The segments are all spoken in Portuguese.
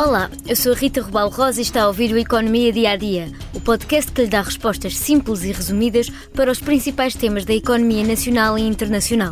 Olá, eu sou a Rita Rubal Rosa e está a ouvir o Economia Dia a Dia, o podcast que lhe dá respostas simples e resumidas para os principais temas da economia nacional e internacional.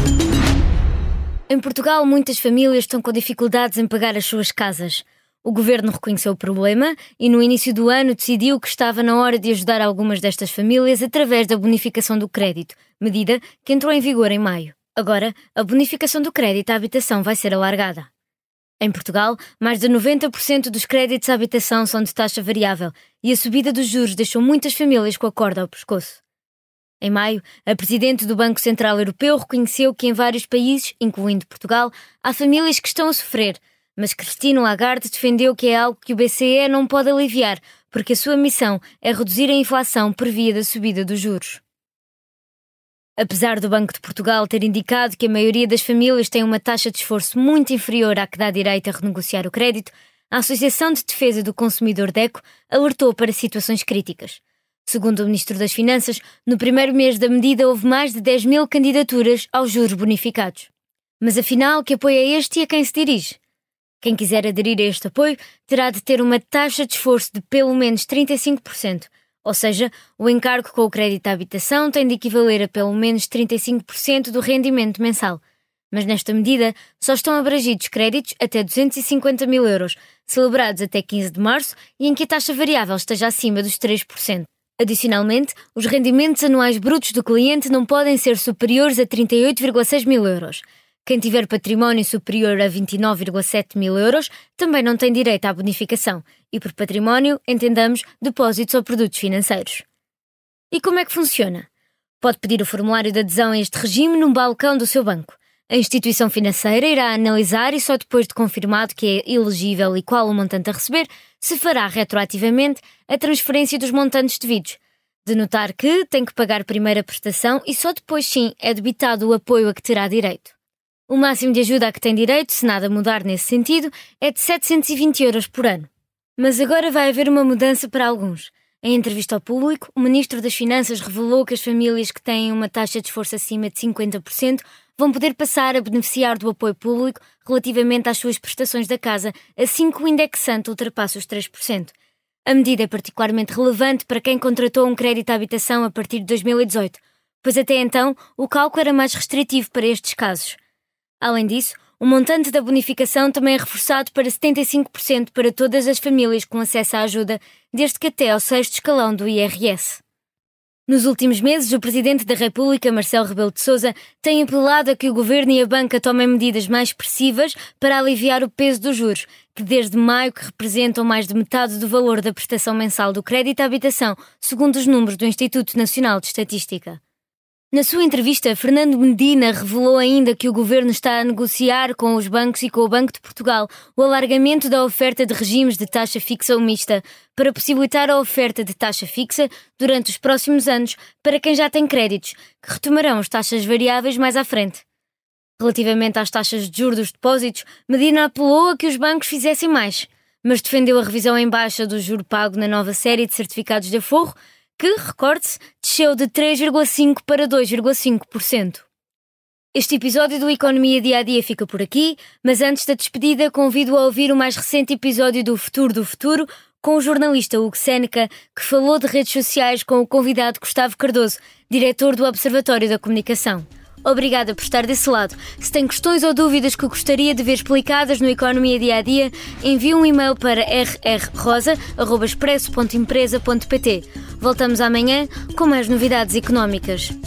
Em Portugal, muitas famílias estão com dificuldades em pagar as suas casas. O governo reconheceu o problema e no início do ano decidiu que estava na hora de ajudar algumas destas famílias através da bonificação do crédito, medida que entrou em vigor em maio. Agora, a bonificação do crédito à habitação vai ser alargada. Em Portugal, mais de 90% dos créditos à habitação são de taxa variável e a subida dos juros deixou muitas famílias com a corda ao pescoço. Em maio, a presidente do Banco Central Europeu reconheceu que em vários países, incluindo Portugal, há famílias que estão a sofrer, mas Christine Lagarde defendeu que é algo que o BCE não pode aliviar, porque a sua missão é reduzir a inflação por via da subida dos juros. Apesar do Banco de Portugal ter indicado que a maioria das famílias tem uma taxa de esforço muito inferior à que dá direito a renegociar o crédito, a Associação de Defesa do Consumidor DECO alertou para situações críticas. Segundo o Ministro das Finanças, no primeiro mês da medida houve mais de 10 mil candidaturas aos juros bonificados. Mas afinal, que apoio é este e a quem se dirige? Quem quiser aderir a este apoio terá de ter uma taxa de esforço de pelo menos 35%, ou seja, o encargo com o crédito à habitação tem de equivaler a pelo menos 35% do rendimento mensal. Mas nesta medida só estão abrangidos créditos até 250 mil euros, celebrados até 15 de março e em que a taxa variável esteja acima dos 3%. Adicionalmente, os rendimentos anuais brutos do cliente não podem ser superiores a 38,6 mil euros. Quem tiver património superior a 29,7 mil euros também não tem direito à bonificação e, por património, entendamos depósitos ou produtos financeiros. E como é que funciona? Pode pedir o formulário de adesão a este regime num balcão do seu banco. A instituição financeira irá analisar e só depois de confirmado que é elegível e qual o montante a receber, se fará retroativamente a transferência dos montantes devidos. De notar que tem que pagar primeiro a prestação e só depois sim é debitado o apoio a que terá direito. O máximo de ajuda a que tem direito, se nada mudar nesse sentido, é de 720 euros por ano. Mas agora vai haver uma mudança para alguns. Em entrevista ao público, o Ministro das Finanças revelou que as famílias que têm uma taxa de esforço acima de 50% vão poder passar a beneficiar do apoio público relativamente às suas prestações da casa, assim que o indexante ultrapasse os 3%. A medida é particularmente relevante para quem contratou um crédito à habitação a partir de 2018, pois até então o cálculo era mais restritivo para estes casos. Além disso, o montante da bonificação também é reforçado para 75% para todas as famílias com acesso à ajuda, desde que até ao 6º escalão do IRS. Nos últimos meses, o Presidente da República, Marcelo Rebelo de Sousa, tem apelado a que o Governo e a banca tomem medidas mais expressivas para aliviar o peso dos juros, que desde maio que representam mais de metade do valor da prestação mensal do crédito à habitação, segundo os números do Instituto Nacional de Estatística. Na sua entrevista, Fernando Medina revelou ainda que o Governo está a negociar com os bancos e com o Banco de Portugal o alargamento da oferta de regimes de taxa fixa ou mista para possibilitar a oferta de taxa fixa durante os próximos anos para quem já tem créditos, que retomarão as taxas variáveis mais à frente. Relativamente às taxas de juros dos depósitos, Medina apelou a que os bancos fizessem mais, mas defendeu a revisão em baixa do juro pago na nova série de certificados de aforro, que, recorde-se, desceu de 3,5% para 2,5%. Este episódio do Economia Dia a Dia fica por aqui, mas antes da despedida convido a ouvir o mais recente episódio do Futuro do Futuro com o jornalista Hugo Seneca, que falou de redes sociais com o convidado Gustavo Cardoso, diretor do Observatório da Comunicação. Obrigada por estar desse lado. Se tem questões ou dúvidas que gostaria de ver explicadas no Economia Dia a Dia, envie um e-mail para rrrosa@expresso.empresa.pt. Voltamos amanhã com mais novidades económicas.